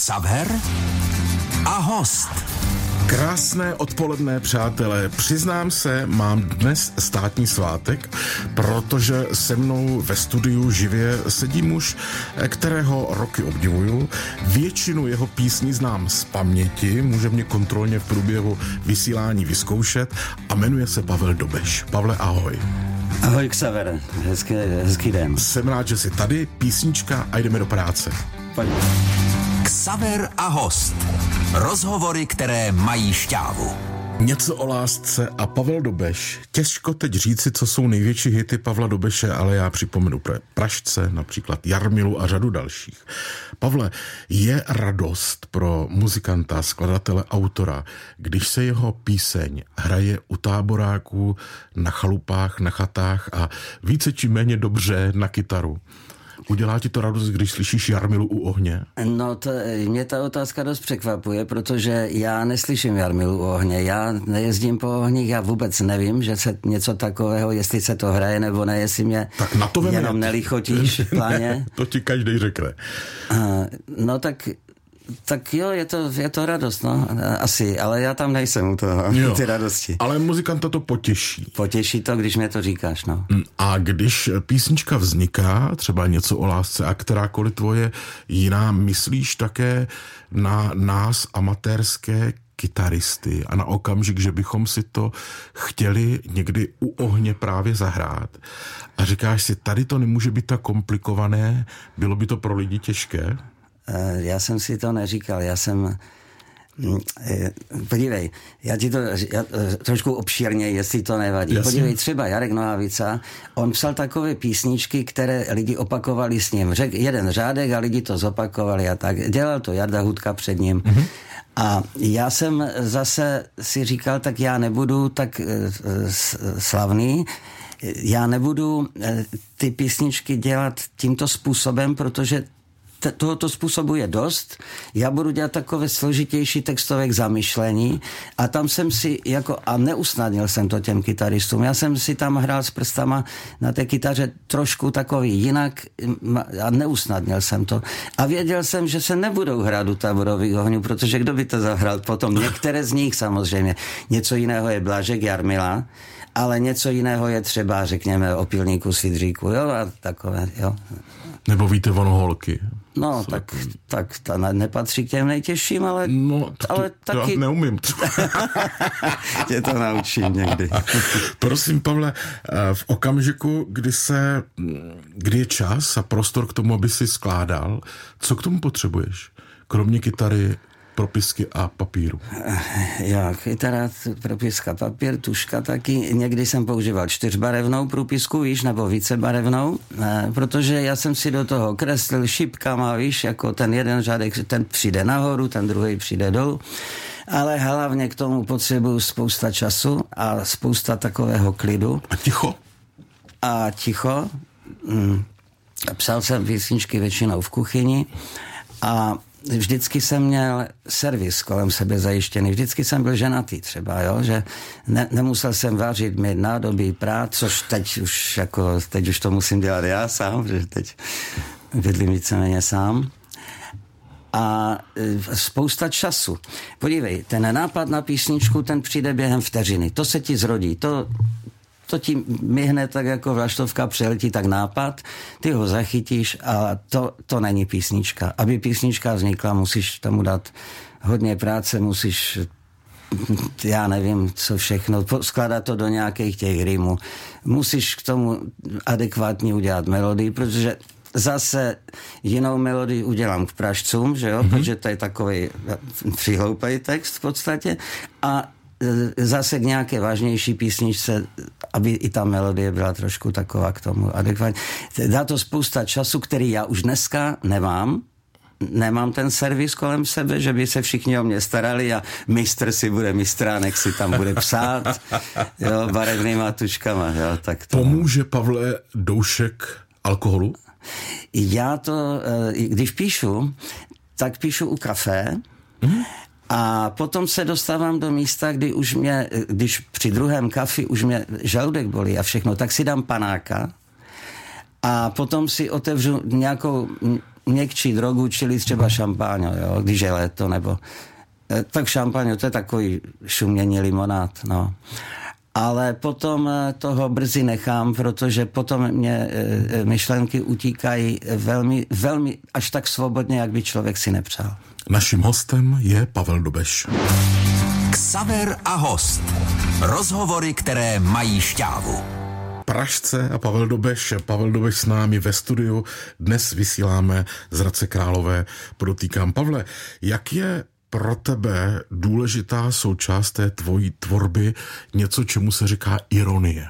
Xaver a host. Krásné odpoledne, přátelé. Přiznám se, mám dnes státní svátek, protože se mnou ve studiu živě sedí muž, kterého roky obdivuju. Většinu jeho písní znám z paměti, může mě kontrolně v průběhu vysílání vyzkoušet a jmenuje se Pavel Dobeš. Pavle, ahoj. Ahoj, Xaver. Hezký den. Jsem rád, že jsi tady, písnička a jdeme do práce. Pojď. Xaver a host. Rozhovory, které mají šťávu. Něco o lásce a Pavel Dobeš. Těžko teď říci, co jsou největší hity Pavla Dobeše, ale já připomenu Pražce, například Jarmilu a řadu dalších. Pavle, je radost pro muzikanta, skladatele, autora, když se jeho píseň hraje u táboráků, na chalupách, na chatách a více či méně dobře na kytaru? Udělá ti to radost, když slyšíš Jarmilu u ohně? No, mě ta otázka dost překvapuje, protože já neslyším Jarmilu u ohně. Já nejezdím po ohních, já vůbec nevím, že se něco takového, jestli se to hraje nebo ne, jestli mě tak na to jenom nelichotíš v pláně. Ne, to ti každý řekne. No tak jo, je to radost, no, asi, ale já tam nejsem u toho, ty radosti. Ale muzikanta to potěší. Potěší to, když mě to říkáš, no. A když písnička vzniká, třeba něco o lásce a kterákoliv tvoje jiná, myslíš také na nás amatérské kytaristy a na okamžik, že bychom si to chtěli někdy u ohně právě zahrát. A říkáš si, tady to nemůže být tak komplikované, bylo by to pro lidi těžké? Já jsem si to neříkal, podívej, já trošku obšírně, jestli to nevadí. Jasně. Podívej, třeba Jarek Nohavica, on psal takové písničky, které lidi opakovali s ním. Řekl jeden řádek a lidi to zopakovali a tak. Dělal to Jarda Hudka před ním. Mm-hmm. A já jsem zase si říkal, tak já nebudu tak slavný, já nebudu ty písničky dělat tímto způsobem, protože tohoto způsobu je dost. Já budu dělat takové složitější textové zamyšlení a tam jsem si a neusnadnil jsem to těm kytaristům. Já jsem si tam hrál s prstama na té kytaře trošku takový jinak a neusnadnil jsem to. A věděl jsem, že se nebudou hrát u táborových ohňů, protože kdo by to zahrál potom? Některé z nich samozřejmě. Něco jiného je Blažek, Jarmila, ale něco jiného je třeba, řekněme, o Pilníku Svidříku, jo, a takové, jo. Nebo víte Holky. No, tak ta nepatří k těm nejtěžším, ale, ale taky... Já neumím. Tě to naučím někdy. Prosím, Pavle, v okamžiku, kdy je čas a prostor k tomu, aby si skládal, co k tomu potřebuješ? Kromě kytary, propisky a papíru. Já, kytara, propiska, papír, tuška taky. Někdy jsem používal 4barevnou průpisku, víš, nebo vícebarevnou, protože já jsem si do toho kreslil šipkama, víš, jako ten jeden řádek, ten přijde nahoru, ten druhý přijde dolů. Ale hlavně k tomu potřebuju spousta času a spousta takového klidu. A ticho? Psal jsem písničky většinou v kuchyni a vždycky jsem měl servis kolem sebe zajištěný. Vždycky jsem byl ženatý třeba, jo? Že nemusel jsem vařit, mít nádobí, prát, což teď už to musím dělat já sám, že teď bydlím víceméně sám. A spousta času. Podívej, ten nápad na písničku, ten přijde během vteřiny. To se ti zrodí, to ti myhne tak jako vlaštovka, přeletí tak nápad, ty ho zachytíš a to není písnička. Aby písnička vznikla, musíš tomu dát hodně práce, musíš, já nevím, co všechno, skládat to do nějakých těch rýmů. Musíš k tomu adekvátně udělat melodii, protože zase jinou melodii udělám k Pražcům, že jo, protože to je takový přihloupej text v podstatě a zase k nějaké vážnější písničce, aby i ta melodie byla trošku taková k tomu adekvátně. Dá to spousta času, který já už dneska nemám ten servis kolem sebe, že by se všichni o mě starali a mistr si bude mistránek, si tam bude psát, jo, barevnýma tučkama, jo, tak to... Pomůže, Pavle, doušek alkoholu? Já když píšu, tak píšu u kafe, a potom se dostávám do místa, když při druhém kafi už mě žaludek bolí a všechno, tak si dám panáka a potom si otevřu měkčí drogu, čili třeba šampáň, jo, když je léto, nebo tak šampáň, to je takový šumění limonád, no. Ale potom toho brzy nechám, protože potom mě myšlenky utíkají velmi, velmi až tak svobodně, jak by člověk si nepřál. Naším hostem je Pavel Dobeš. Xaver a host. Rozhovory, které mají šťávu. Pražce a Pavel Dobeš. Pavel Dobeš s námi ve studiu. Dnes vysíláme z Hradce Králové. Podotýkám, Pavle, jak je pro tebe důležitá součást té tvojí tvorby něco, čemu se říká ironie?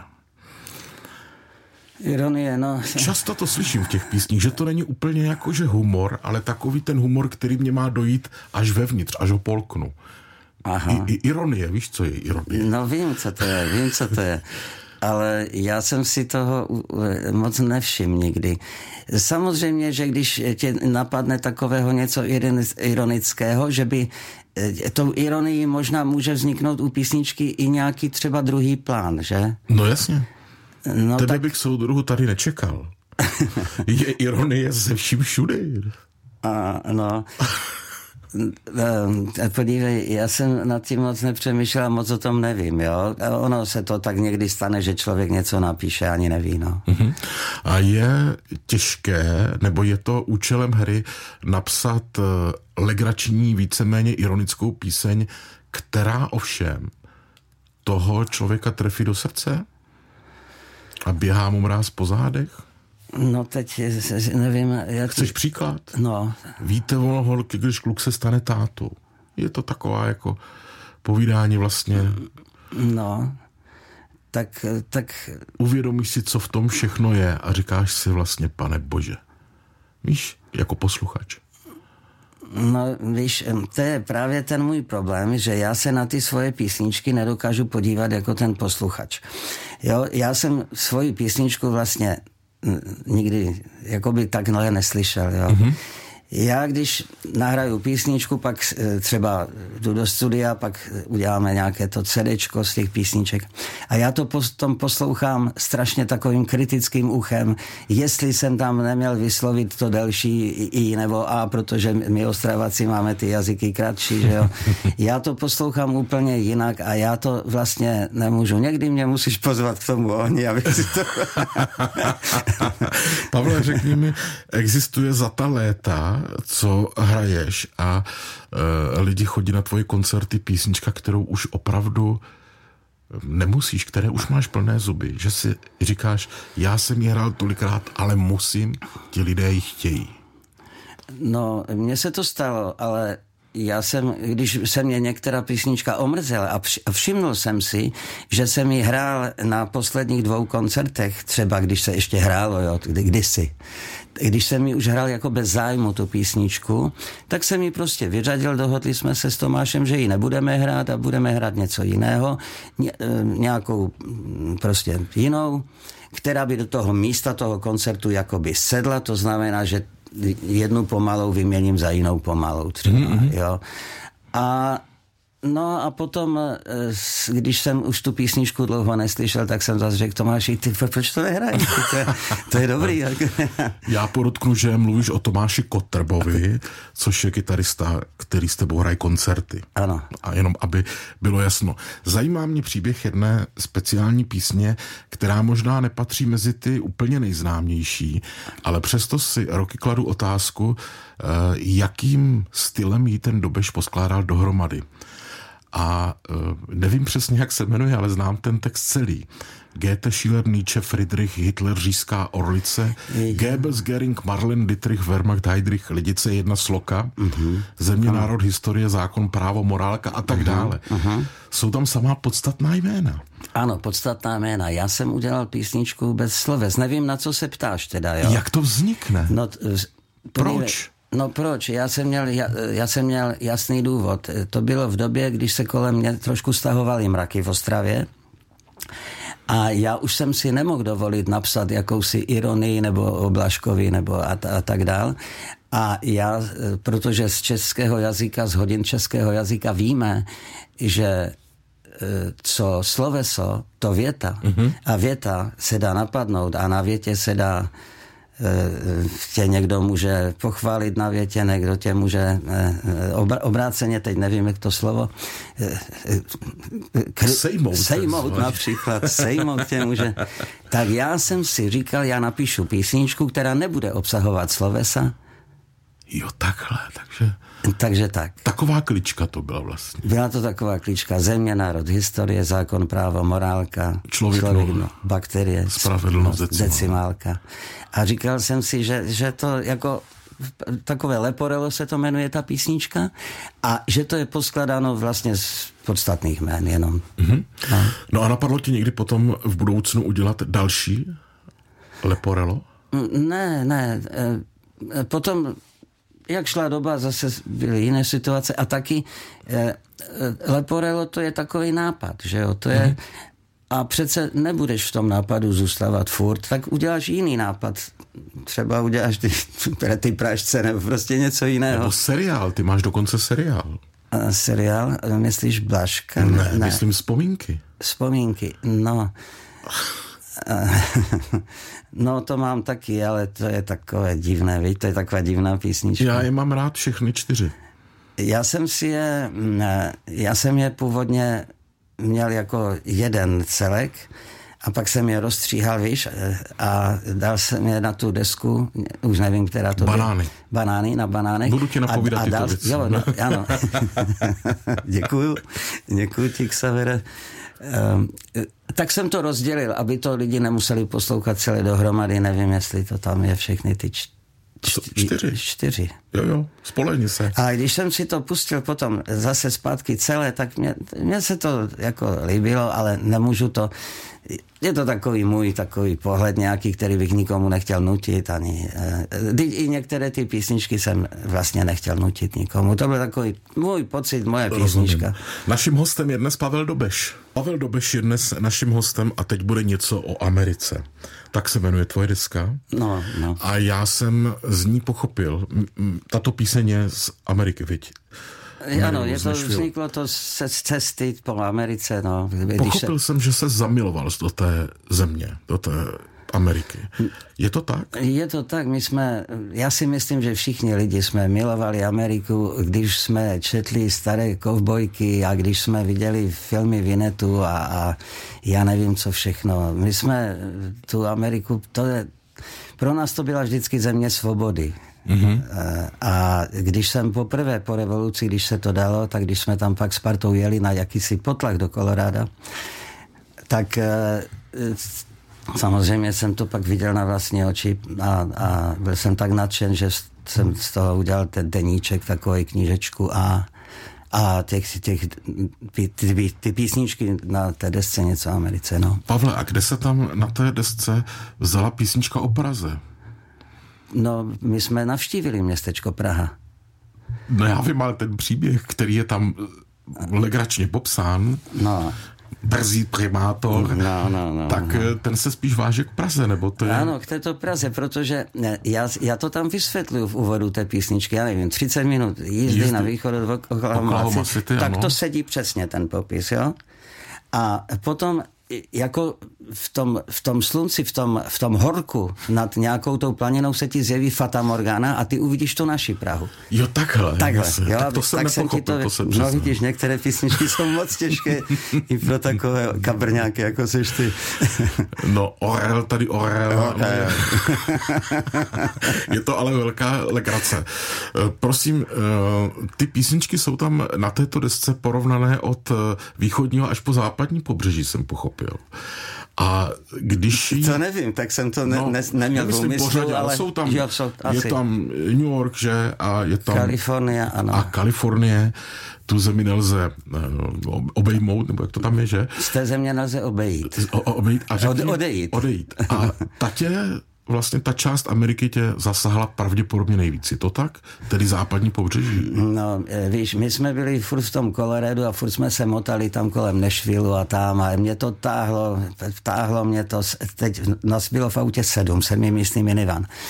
Ironie, no. Často to slyším v těch písních, že to není úplně jakože humor, ale takový ten humor, který mě má dojít až vevnitř, až ho polknu. Aha. Ironie, víš, co je ironie? No vím, co to je. Ale já jsem si toho moc nevšiml nikdy. Samozřejmě, že když tě napadne takového něco ironického, že by tou ironii možná může vzniknout u písničky i nějaký třeba druhý plán, že? No jasně. No, Tebe tak... bych soudruhu tady nečekal. Je ironie ze vším všudy. No... Podívej, já jsem nad tím moc nepřemýšlel a moc o tom nevím, jo. Ono se to tak někdy stane, že člověk něco napíše, ani neví, no. A je těžké, nebo je to účelem hry napsat legrační, víceméně ironickou píseň, která ovšem toho člověka trefí do srdce a běhá mu mráz po zádech? No teď nevím, jak... Chceš příklad? No. Víte ono holky, když kluk se stane tátou. Je to taková jako povídání vlastně. No, tak... Uvědomíš si, co v tom všechno je a říkáš si vlastně, Pane Bože. Víš, jako posluchač. No, víš, to je právě ten můj problém, že já se na ty svoje písničky nedokážu podívat jako ten posluchač. Jo, já jsem svoji písničku vlastně nikdy jakoby takhle neslyšel, jo. Já, když nahraju písničku, pak třeba jdu do studia, pak uděláme nějaké to CDčko z těch písniček a já to potom poslouchám strašně takovým kritickým uchem, jestli jsem tam neměl vyslovit to delší I nebo A, protože my Ostravaci máme ty jazyky kratší, že jo. Já to poslouchám úplně jinak a já to vlastně nemůžu. Někdy mě musíš pozvat k tomu ohni, abych si to... Pavle, řekni mi, existuje za ta léta, co hraješ a lidi chodí na tvoje koncerty, písnička, kterou už opravdu nemusíš, které už máš plné zuby, že si říkáš, já jsem ji hrál tolikrát, ale musím, ti lidé ji chtějí. No, mně se to stalo, ale já jsem, když se mě některá písnička omrzela a všimnul jsem si, že jsem ji hrál na posledních 2 koncertech, třeba když se ještě hrálo, jo, kdysi. Když jsem ji už hrál jako bez zájmu tu písničku, tak jsem ji prostě vyřadil, dohodli jsme se s Tomášem, že ji nebudeme hrát a budeme hrát něco jiného, nějakou prostě jinou, která by do toho místa toho koncertu jakoby sedla, to znamená, že jednu pomalou vyměním za jinou pomalou třeba, jo. A potom, když jsem už tu písničku dlouho neslyšel, tak jsem zase řekl Tomáši, ty proč to nehraješ? To je dobrý. Já podotknu, že mluvíš o Tomáši Kotrbovi, což je kytarista, který s tebou hraje koncerty. Ano. A jenom, aby bylo jasno. Zajímá mě příběh jedné speciální písně, která možná nepatří mezi ty úplně nejznámější, ale přesto si roky kladu otázku, jakým stylem jí ten Dobeš poskládal dohromady. A nevím přesně, jak se jmenuje, ale znám ten text celý. Goethe, Schiller, Nietzsche, Friedrich, Hitler, Říšská orlice, Goebbels, Göring, Marlen, Dietrich, Wehrmacht, Heydrich, Lidice, jedna sloka, země, národ, historie, zákon, právo, morálka a tak dále. Jsou tam samá podstatná jména. Ano, podstatná jména. Já jsem udělal písničku bez sloves. Nevím, na co se ptáš teda, jo? Jak to vznikne? No, proč? No proč? Já jsem měl jasný důvod. To bylo v době, když se kolem mě trošku stahovaly mraky v Ostravě a já už jsem si nemohl dovolit napsat jakousi ironii nebo o Blažkovi nebo a tak dál. A já, protože z českého jazyka, z hodin českého jazyka víme, že co sloveso, to věta. A věta se dá napadnout a na větě se dá tě někdo může pochválit na větě, někdo tě může obráceně, teď nevím, jak to slovo, sejmout například, sejmout tě může. Tak já jsem si říkal, já napíšu písničku, která nebude obsahovat slovesa. Jo, takhle, takže tak. Taková klička to byla vlastně. Byla to taková klička: země, národ, historie, zákon, právo, morálka, člověk bakterie, spravedlnost, decimálka. A říkal jsem si, že to jako takové leporelo se to jmenuje ta písnička a že to je poskladáno vlastně z podstatných jmén jenom. Mm-hmm. No a napadlo ti někdy potom v budoucnu udělat další leporelo? Ne. Potom, jak šla doba, zase byly jiné situace a taky leporelo to je takový nápad, že jo, to je a přece nebudeš v tom nápadu zůstávat furt, tak uděláš jiný nápad. Třeba uděláš ty pražce nebo prostě něco jiného. Nebo seriál, ty máš dokonce seriál. Seriál? Myslíš Blažka? Ne, myslím Vzpomínky, no. No to mám taky, ale to je takové divné, víš, to je taková divná písnička. Já je mám rád všechny 4. Já jsem je původně měl jako jeden celek a pak jsem je rozstříhal, víš, a dal jsem je na tu desku, už nevím, která to Banány. Byla. Banány, na banánech. Budu ti napovídat tyto věci. Jo, no, ano. Děkuju ti, Xavere. Tak jsem to rozdělil, aby to lidi nemuseli poslouchat celé dohromady, nevím, jestli to tam je všechny ty 4. Jo, spolehni se. A když jsem si to pustil potom zase zpátky celé, tak mě se to jako líbilo, ale nemůžu to. Je to takový můj takový pohled nějaký, který bych nikomu nechtěl nutit ani. I některé ty písničky jsem vlastně nechtěl nutit nikomu. To byl takový můj pocit, moje písnička. Rozumím. Naším hostem je dnes Pavel Dobeš. Pavel Dobeš je dnes naším hostem a teď bude něco o Americe. Tak se jmenuje tvoje deska. No. A já jsem z ní pochopil, tato píseň je z Ameriky, viď? Ano, vzniklo to z cesty po Americe. No. Pochopil jsem, že se zamiloval do té země, do té Ameriky. Je to tak? Je to tak. Já si myslím, že všichni lidi jsme milovali Ameriku, když jsme četli staré kovbojky a když jsme viděli filmy Vinetu a já nevím, co všechno. My jsme tu Ameriku, pro nás to byla vždycky země svobody. Mm-hmm. A když jsem poprvé po revoluci, když se to dalo, tak když jsme tam pak s partou jeli na jakýsi potlach do Koloráda, tak samozřejmě jsem to pak viděl na vlastní oči a byl jsem tak nadšen, že jsem z toho udělal ten deníček, takovou knížečku a ty písničky na té desce něco o Americe. No. Pavle, a kde se tam na té desce vzala písnička o Praze? No, my jsme navštívili městečko Praha. No já vím, ale ten příběh, který je tam legračně popsán, brzí primátor, tak ten se spíš váže k Praze, nebo to je... Ano, k této Praze, protože já to tam vysvětluju v úvodu té písničky, já nevím, 30 minut jízdy na východ od Oklahoma City, tak to sedí přesně ten popis, jo? A potom jako v tom slunci, v tom horku nad nějakou tou planinou se ti zjeví Fata Morgana a ty uvidíš tu naši Prahu. Jo, takhle. Jo, tak to jsem nepochopil, to jsem no vidíš, některé písničky jsou moc těžké i pro takové kabrňáky, jako seš ty. No, Orel. Je to ale velká legrace. Prosím, ty písničky jsou tam na této desce porovnané od východního až po západní pobřeží, jsem pochopil. A když... To nevím, tak jsem to neměl v úmyslu, ale... Jsou tam, je tam New York, že? A je tam... Kalifornie, ano. A Kalifornie, tu zemi nelze obejmout, nebo jak to tam je, že? Z té země nelze obejít. Odejít. A vlastně ta část Ameriky tě zasahla pravděpodobně nejvíc. Je to tak? Tedy západní pobřeží? No, víš, my jsme byli furt v tom Coloradu a furt jsme se motali tam kolem Nashvilleu a tam a mě to táhlo mě to, teď nás bylo v autě 7místný minivan.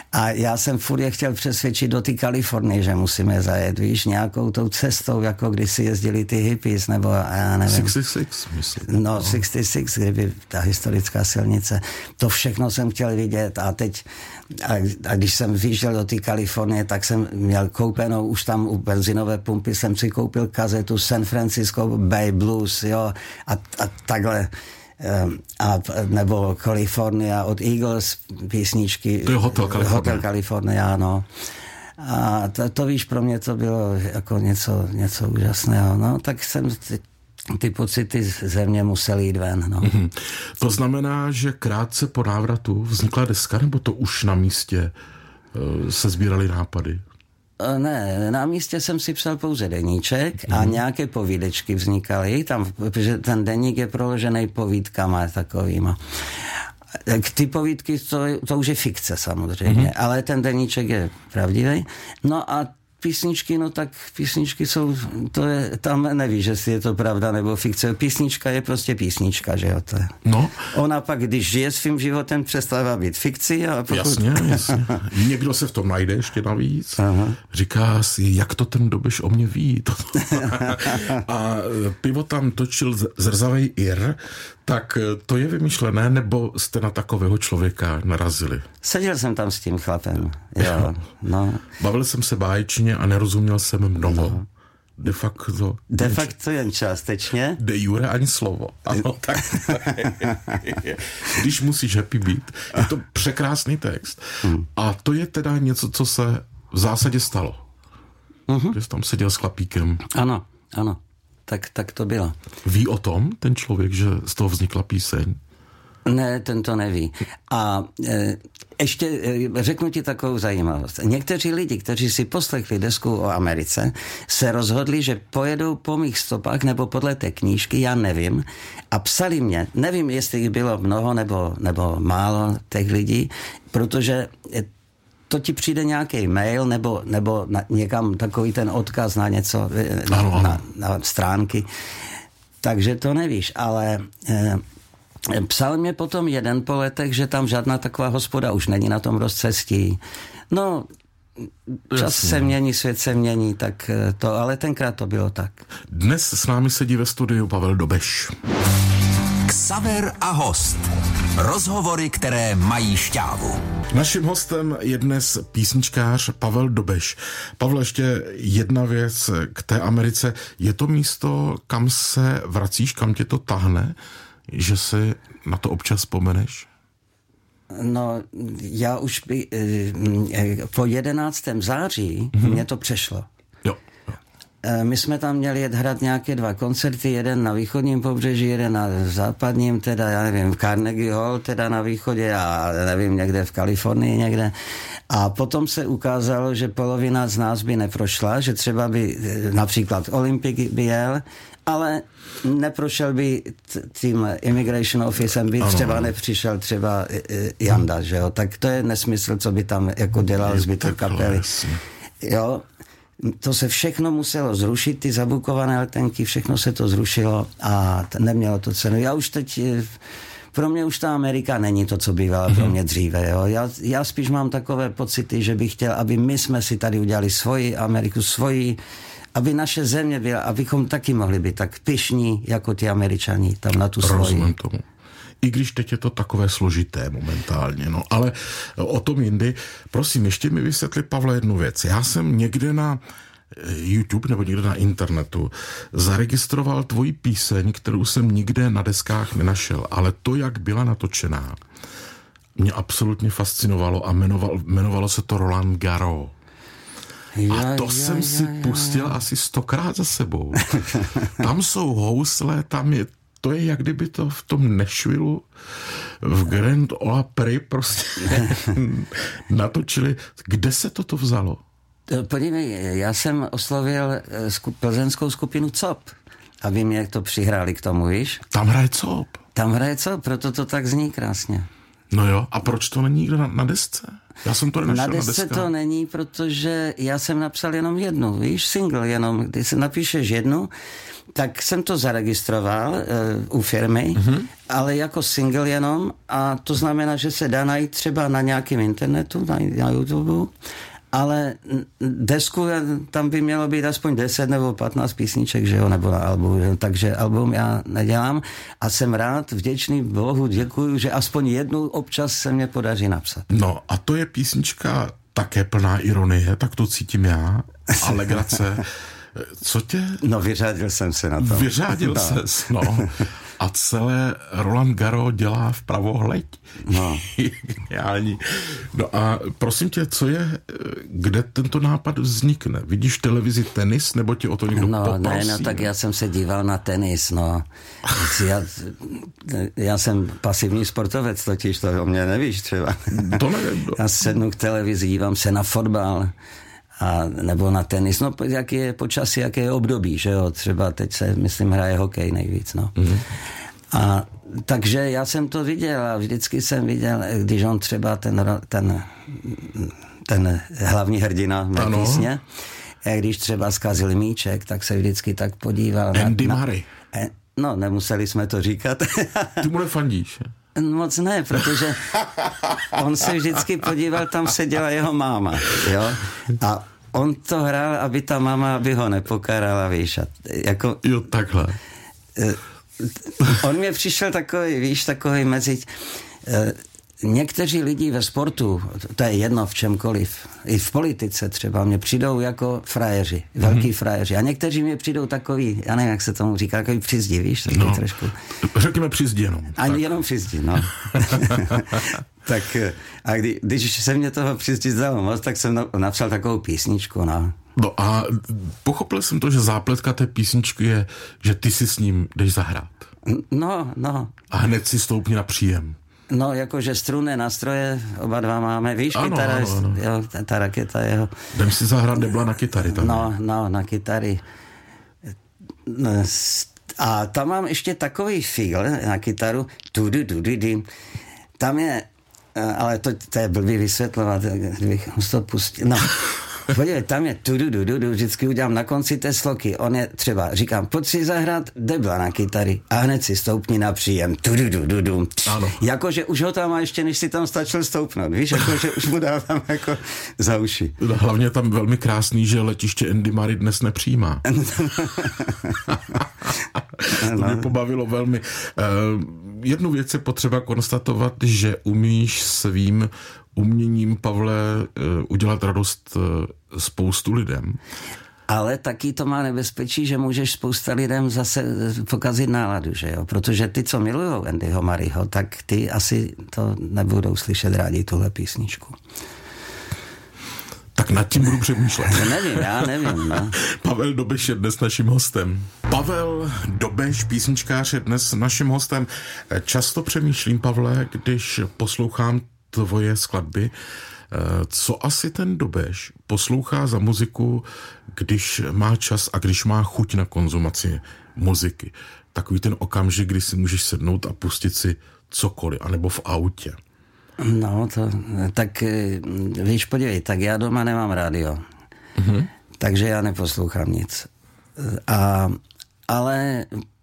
A já jsem furt je chtěl přesvědčit do té Kalifornie, že musíme zajet, víš, nějakou tou cestou, jako když si jezdili ty hippies, nebo já nevím. 66, myslím. No, 66, kdyby ta historická silnice. To všechno jsem chtěl vidět a teď, a když jsem vyjížděl do té Kalifornie, tak jsem měl koupenou, už tam u benzinové pumpy jsem si koupil kazetu San Francisco Bay Blues, jo, a takhle. A nebo California od Eagles písničky. To je Hotel California. Hotel California, no. A to víš, pro mě to bylo jako něco úžasného. No, tak jsem ty pocity ze mě musely jít ven. No. Mm-hmm. To znamená, že krátce po návratu vznikla deska, nebo to už na místě se sbíraly nápady? Ne, na místě jsem si psal pouze deníček a nějaké povídečky vznikaly tam, protože ten deník je proložený povídkama takovýma. Ty povídky, to už je fikce samozřejmě, ale ten deníček je pravdivý. No a písničky, no tak písničky jsou, to je, tam nevíš, jestli je to pravda nebo fikce. Písnička je prostě písnička, že jo, to je. No. Ona pak, když žije svým životem, přestává být fikcí a pokud... Jasně. Někdo se v tom najde ještě navíc. Aha. Říká si, jak to ten Dobeš o mě ví. A pivo tam točil zrzavej Ir, tak to je vymyšlené, nebo jste na takového člověka narazili? Seděl jsem tam s tím chlapem, jo. No. Bavil jsem se báječně a nerozuměl jsem mnoho. No. De facto jen částečně. De jure ani slovo. Ano, tak. Když musíš happy být. Je to překrásný text. A to je teda něco, co se v zásadě stalo. Že jsi tam seděl s chlapíkem. Ano. Tak to bylo. Ví o tom ten člověk, že z toho vznikla píseň? Ne, ten to neví. A ještě řeknu ti takovou zajímavost. Někteří lidi, kteří si poslechli desku o Americe, se rozhodli, že pojedou po mých stopách nebo podle té knížky, já nevím, a psali mě. Nevím, jestli jich bylo mnoho nebo málo těch lidí, protože to ti přijde nějaký mail nebo někam takový ten odkaz na něco, na stránky. Takže to nevíš, ale psal mě potom jeden po letech, že tam žádná taková hospoda už není na tom rozcestí. No, čas se mění, svět se mění, tak to, ale tenkrát to bylo tak. Dnes s námi sedí ve studiu Pavel Dobeš. Xaver a host. Rozhovory, které mají šťávu. Naším hostem je dnes písničkář Pavel Dobeš. Pavel, ještě jedna věc k té Americe. Je to místo, kam se vracíš, kam tě to tahne, že si na to občas vzpomeneš? No, já už po 11. září mě to přešlo. Jo. My jsme tam měli jet hrát nějaké 2 koncerty, jeden na východním pobřeží, jeden na západním, teda já nevím, v Carnegie Hall, teda na východě a nevím, někde v Kalifornii někde. A potom se ukázalo, že polovina z nás by neprošla, že třeba by například Olympik by jel, ale neprošel by tím immigration officem, by třeba nepřišel třeba Janda, že jo, tak to je nesmysl, co by tam jako dělal zbytek kapely. Jo, to se všechno muselo zrušit, ty zabukované letenky, všechno se to zrušilo a nemělo to cenu. Já už teď, pro mě už ta Amerika není to, co bývala pro mě dříve. Jo. Já spíš mám takové pocity, že bych chtěl, aby my jsme si tady udělali svoji Ameriku, aby naše země byla, abychom taky mohli být tak pyšní, jako ti Američani tam na tu svoji. Rozumím tomu. I když teď je to takové složité momentálně, no, ale o tom jindy. Prosím, ještě mi vysvětli, Pavle, jednu věc. Já jsem někde na YouTube nebo někde na internetu zaregistroval tvoji píseň, kterou jsem nikde na deskách nenašel, ale to, jak byla natočená, mě absolutně fascinovalo a jmenovalo se to Roland Garros. A to jsem si pustil asi 100krát za sebou. Tam jsou housle, to je jak kdyby to v tom Nashvillu v Grand Ole Opry prostě natočili. Kde se toto vzalo? Podívej, já jsem oslovil plzeňskou skupinu COP, aby mě to přihráli k tomu, víš? Tam hraje COP. Tam hraje COP, proto to tak zní krásně. No jo, a proč to není nikdo na desce? Já jsem to nenašel na desce to není, protože já jsem napsal jenom jednu, víš, single jenom. Když napíšeš jednu, tak jsem to zaregistroval u firmy, ale jako single jenom, a to znamená, že se dá najít třeba na nějakém internetu, na YouTube, ale desku, tam by mělo být aspoň 10 nebo 15 písniček, že jo, nebo na album, takže album já nedělám a jsem rád, vděčný Bohu, děkuju, že aspoň jednu občas se mě podaří napsat. No a to je písnička také plná ironie, tak to cítím já, a legrace. Co tě... No, vyřádil jsem se na to. Vyřádil ses, no. A celé Roland Garros dělá vpravohleď. No. Geniální. No a prosím tě, co je, kde tento nápad vznikne? Vidíš v televizi tenis, nebo ti o to někdo poprosí? Ne, no tak já jsem se díval na tenis, no. Já jsem pasivní sportovec, totiž to o mě nevíš třeba. To nevím. No. Já sednu k televizi, dívám se na fotbal, a nebo na tenis, no jak je počasí, jaké je období, že jo, třeba teď se, myslím, hraje hokej nejvíc, no. A takže já jsem to viděl a vždycky jsem viděl, když on třeba ten hlavní hrdina mé písně, když třeba zkazil míček, tak se vždycky tak podíval. Andy Murray. No, nemuseli jsme to říkat. Ty mu nefandíš? Moc ne, protože on se vždycky podíval, tam seděla jeho máma, jo, a on to hrál, aby ta máma, aby ho nepokarala, víš, a jako... Jo, takhle. On mě přišel takový, víš, takový mezi... Někteří lidi ve sportu, to je jedno v čemkoliv, i v politice třeba, mě přijdou jako frajeři, velký frajeři. A někteří mě přijdou takový, já nevím, jak se tomu říká, takový přizdi, víš, taky trošku. Řekněme přizdi jenom. Ani jenom přizdi, no. Tak a když se mě toho přizdi zdalo moc, tak jsem napsal takovou písničku, no. No a pochopil jsem to, že zápletka té písničky je, že ty si s ním jdeš zahrát. No. A hned si stoupni na příjem. No, jakože strunné nástroje oba dva máme, víš, ano, kytara, ano. Jo, ta raketa jeho. Jdem si zahrát debla na kytary. Tam. No, na kytary. A tam mám ještě takový feel na kytaru. Tam je, ale to je blbý vysvětlovat, kdybych to pustil. No, podívej, tam je vždycky udělám na konci té sloky. On je třeba, říkám, pojď si zahrát debla na kytary a hned si stoupni na příjem. Ano. Jakože už ho tam má ještě, než si tam stačil stoupnout. Víš, jakože už mu dávám jako za uši. Hlavně tam velmi krásný, že letiště Andy Murray dnes nepřijímá. To mě pobavilo velmi. Jednu věc je potřeba konstatovat, že umíš svým uměním, Pavle, udělat radost spoustu lidem. Ale taky to má nebezpečí, že můžeš spousta lidem zase pokazit náladu, že jo? Protože ty, co milujou Andyho Murrayho, tak ty asi to nebudou slyšet rádi, tuhle písničku. Tak nad tím budu přemýšlet. Já nevím. No. Pavel Dobeš je dnes naším hostem. Pavel Dobeš, písničkář, je dnes naším hostem. Často přemýšlím, Pavle, když poslouchám tvoje skladby, co asi ten Dobeš poslouchá za muziku, když má čas a když má chuť na konzumaci muziky. Takový ten okamžik, kdy si můžeš sednout a pustit si cokoliv, anebo v autě. No, tak víš, podívej, tak já doma nemám rádio, takže já neposlouchám nic. Ale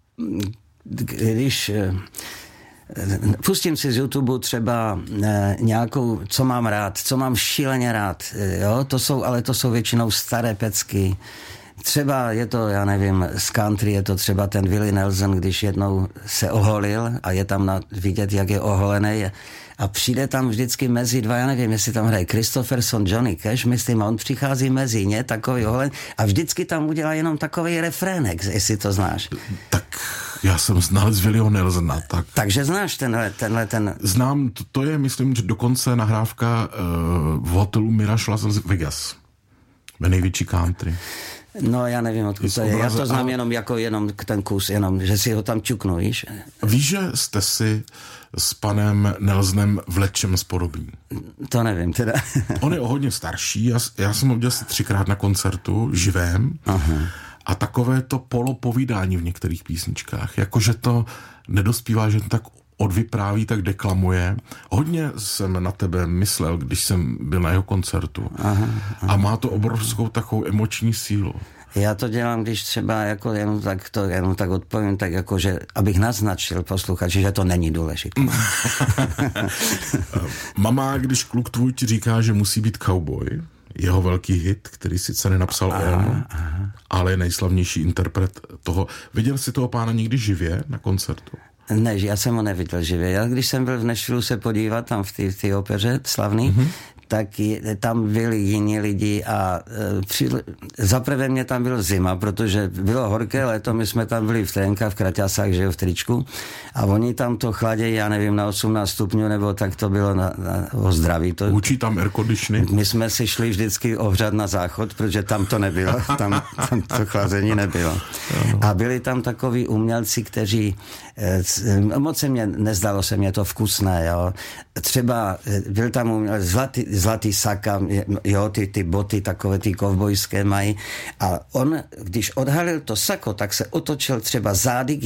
když pustím si z YouTube třeba nějakou, co mám rád, co mám šíleně rád, jo, to jsou většinou staré pecky. Třeba je to, já nevím, z country je to třeba ten Willie Nelson, když jednou se oholil a je tam vidět, jak je oholený a přijde tam vždycky mezi dva, já nevím, jestli tam hraje Christopherson, Johnny Cash, myslím, a on přichází mezi ně, takový oholen a vždycky tam udělá jenom takový refrének, jestli to znáš. Tak já jsem znalec Willieho Nelsona. Takže znáš tenhle. Znám, to je, myslím, že dokonce nahrávka v hotelu Mirage Las Vegas. Největší country. No, já nevím, odkud to je. Já to znám jenom ten kus, jenom, že si ho tam čuknu, víš? Víš, že jste si s panem Nelsonem v lečem spodobní? To nevím, teda. On je o hodně starší, já jsem ho viděl asi 3krát na koncertu, živém. Aha. A takové to polopovídání v některých písničkách, jakože to nedospívá, že tak odvypráví, tak deklamuje. Hodně jsem na tebe myslel, když jsem byl na jeho koncertu. Aha. A má to obrovskou takovou emoční sílu. Já to dělám, když třeba jako jenom tak odpovím, tak jako, že abych naznačil posluchači, že to není důležité. Mama, když kluk tvůj ti říká, že musí být cowboy, jeho velký hit, který sice nenapsal on, ale je nejslavnější interpret toho. Viděl jsi toho pána někdy živě na koncertu? Ne, já jsem ho neviděl živě. Já když jsem byl v Nashvillu se podívat tam v té opeře slavný, tak tam byli jiní lidi a zaprvé mě tam bylo zima, protože bylo horké léto, my jsme tam byli v trénkách, v kraťasách, že jo, v tričku a oni tam to chladějí, já nevím, na 18 stupňů, nebo tak to bylo o zdraví. Učí tam air conditioning? My jsme si šli vždycky ohřát na záchod, protože tam to nebylo, tam to chlazení nebylo. A byli tam takoví umělci, kteří moc nezdalo se mě to vkusné, jo. Třeba byl tam umělec zlatý saka, jo, ty boty takové ty kovbojské mají a on, když odhalil to sako, tak se otočil třeba zády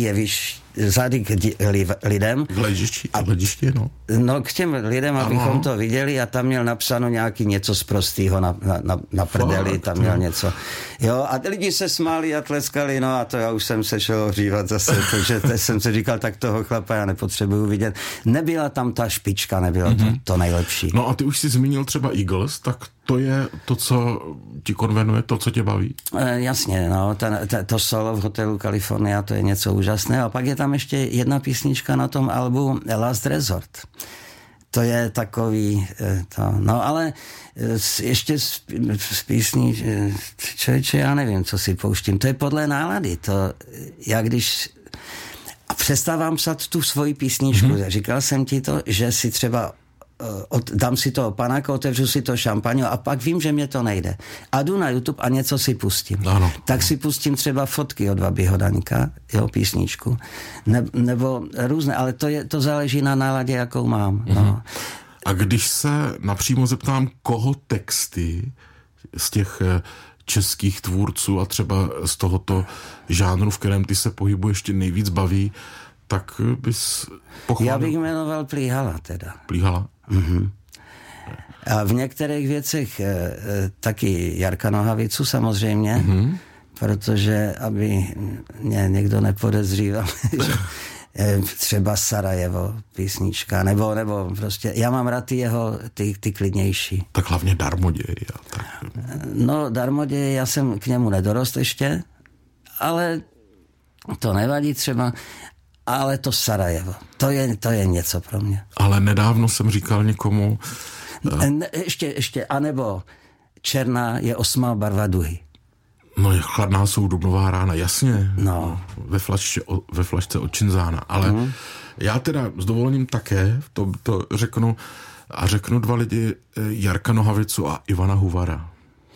k lidem. K hledišti, no. No, k těm lidem, abychom to viděli a tam měl napsáno nějaký něco z prostýho na prdeli, tam měl něco. Jo, a lidi se smáli a tleskali, no a to já už jsem se šel ohřívat zase, protože jsem si říkal, tak toho chlapa já nepotřebuju vidět. Nebyla tam ta špička, nebylo to nejlepší. No a ty už si zmínil třeba Eagles, tak to je to, co ti konvenuje, to, co tě baví? Jasně, no, to solo v hotelu California, to je něco úžasného. A pak je tam ještě jedna písnička na tom albu Last Resort. To je takový, no ale ještě z písní, člověče, já nevím, co si pouštím. To je podle nálady. Já když přestávám psat tu svoji písničku, říkal jsem ti to, že si třeba dám si toho panáka, otevřu si to šampaň a pak vím, že mě to nejde. A jdu na YouTube a něco si pustím. Ano. Tak si pustím třeba Fotky od Babiho Daňka, jeho písničku, nebo různé, ale to záleží na náladě, jakou mám. No. A když se napřímo zeptám, koho texty z těch českých tvůrců a třeba z tohoto žánru, v kterém ty se pohybuješ, tě nejvíc baví, tak bys pochválil. Já bych jmenoval Plíhala teda. Plíhala? A v některých věcech taky Jarka Nohavicu samozřejmě, protože aby mě někdo nepodezříval, třeba Sarajevo písnička, nebo prostě, já mám rád jeho ty klidnější. Tak hlavně Darmoděj. No, Darmoděj, já jsem k němu nedorost ještě, ale to nevadí třeba, ale to Sarajevo, to je něco pro mě. Ale nedávno jsem říkal někomu... Ještě, anebo Černá je 8. barva duhy. No, chladná jsou dubnová rána, jasně. No. Ve flašce od Činzána. Ale já teda s dovolením také to řeknu a řeknu dva lidi, Jarka Nohavicu a Ivana Huvara.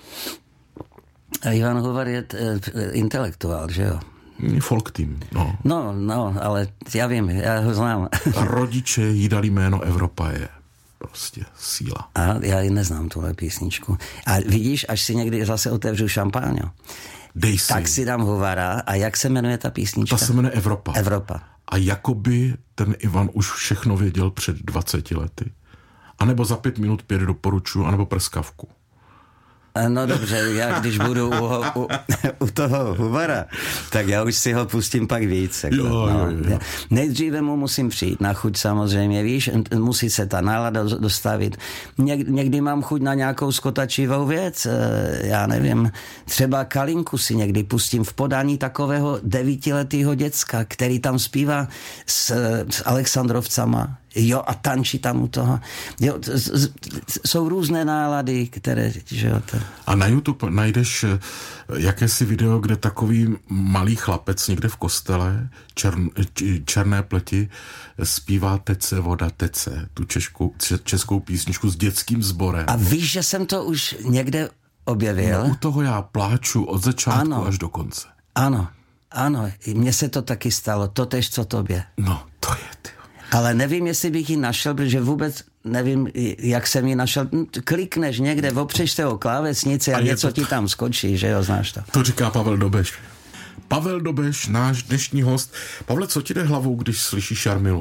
A Ivan Huvar je intelektuál, že jo? Folk tým, no. No, ale já vím, já ho znám. Rodiče jí dali jméno Evropa je prostě síla. A já ji neznám, tuhle písničku. A vidíš, až si někdy zase otevřu šampáňo, tak si dám Huvara. A jak se jmenuje ta písnička? Ta se jmenuje Evropa. Evropa. A jakoby ten Ivan už všechno věděl před 20 lety. A nebo za 5 minut 5 doporučuju, anebo Prskavku. No dobře, já když budu u toho Huvara, tak já už si ho pustím pak víc. Jako, jo. Nejdříve mu musím přijít na chuť samozřejmě, víš, musí se ta nálada dostavit. Někdy mám chuť na nějakou skotačivou věc, já nevím, třeba Kalinku si někdy pustím v podání takového 9letého děcka, který tam zpívá s Alexandrovcama. Jo, a tančí tam u toho. Jo, jsou různé nálady, které... Že jo, A na YouTube najdeš jakési video, kde takový malý chlapec někde v kostele, černé pleti, zpívá Tece voda tece, tu českou písničku s dětským sborem. A víš, že jsem to už někde objevil? No, u toho já pláču od začátku až do konce. Ano, mně se to taky stalo, totéž co tobě. No, to je ty. Ale nevím, jestli bych ji našel, protože vůbec nevím, jak jsem ji našel. Klikneš někde, opřeš se o klávesnici a něco ti tam skočí, že jo, znáš to. To říká Pavel Dobeš. Pavel Dobeš, náš dnešní host. Pavle, co ti jde hlavou, když slyšíš Jarmilu?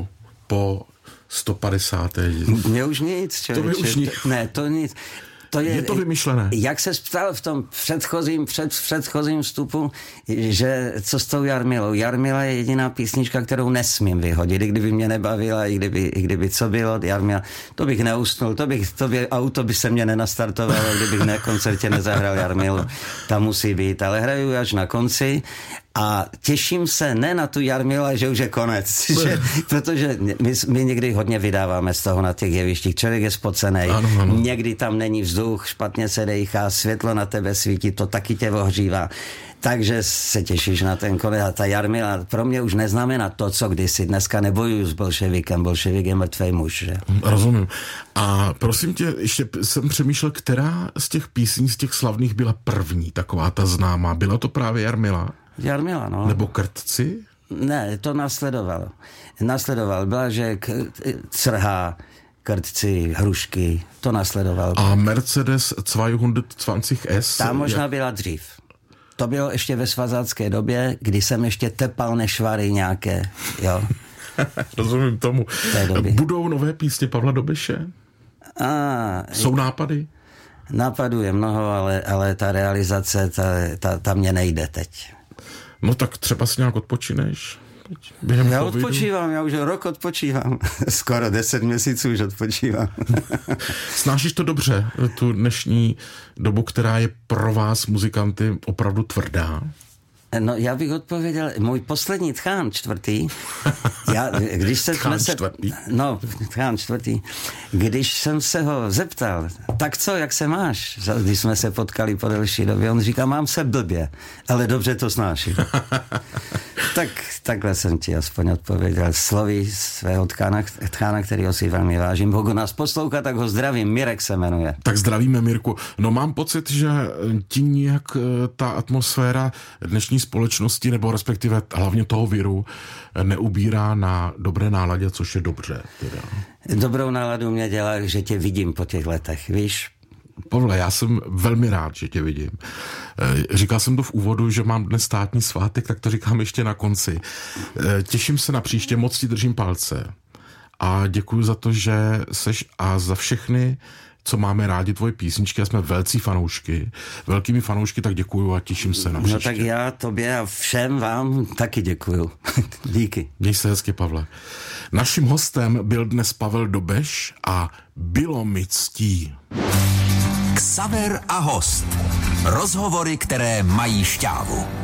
po 150. Mě už nic, člověče. To už nic. Ne, to nic. Je to vymyšlené. Jak se ptal v tom předchozím vstupu, že co s tou Jarmilou. Jarmila je jediná písnička, kterou nesmím vyhodit, i kdyby mě nebavila, i kdyby co bylo, Jarmila, to bych neusnul, to by auto by se mě nenastartovalo, kdybych na koncertě nezahrál Jarmilu. Ta musí být, ale hraju až na konci. A těším se ne na tu Jarmila, že už je konec, protože my někdy hodně vydáváme z toho na těch jevištích. Člověk je spocenej, někdy tam není vzduch, špatně se dejchá, světlo na tebe svítí, to taky tě ohřívá. Takže se těšíš na ten konec. A ta Jarmila pro mě už neznamená to, co kdysi. Dneska nebojuju s bolševikem. Bolševik je mrtvej muž. Že? Rozumím. A prosím tě, ještě jsem přemýšlel, která z těch písní, z těch slavných byla první, taková ta známá. Byla to právě Jarmila? Jarmila, no. Nebo Krtci? Ne, to následovalo. Byla, že Crhá, Krtci, Hrušky, to následovalo. A Mercedes 220S? Ta možná byla dřív. To bylo ještě ve svazácké době, kdy jsem ještě tepal nešvary nějaké, jo. Rozumím tomu. Budou nové písně Pavla Dobeše? Jsou nápady? Nápadů je mnoho, ale ta realizace, ta mě nejde teď. No tak třeba si nějak odpočineš? Já odpočívám, já už rok odpočívám. Skoro 10 měsíců už odpočívám. Snášíš to dobře, tu dnešní dobu, která je pro vás, muzikanty, opravdu tvrdá? No, já bych odpověděl, můj poslední Tchán čtvrtý, Tchán čtvrtý, když jsem se ho zeptal, tak co, jak se máš? Když jsme se potkali po delší době, on říká, mám se blbě, ale dobře to snáším. Takhle jsem ti aspoň odpověděl slovy svého Tchána, kterýho si velmi vážím. Pokud nás poslouchá, tak ho zdravím, Mirek se jmenuje. Tak zdravíme, Mirku. No mám pocit, že tím nějak ta atmosféra dnešní společnosti, nebo respektive hlavně toho viru, neubírá na dobré náladě, což je dobře. Teda. Dobrou náladu mě dělá, že tě vidím po těch letech, víš? Pavle, já jsem velmi rád, že tě vidím. Říkal jsem to v úvodu, že mám dnes státní svátek, tak to říkám ještě na konci. Těším se na příště, moc ti držím palce. A děkuji za to, že seš a za všechny, co máme rádi tvoje písničky, a jsme velkými fanoušky, tak děkuju a těším se na příště. No tak já tobě a všem vám taky děkuju. Díky. Měj se hezky, Pavle. Naším hostem byl dnes Pavel Dobeš a bylo mi ctí. Xaver a host. Rozhovory, které mají šťávu.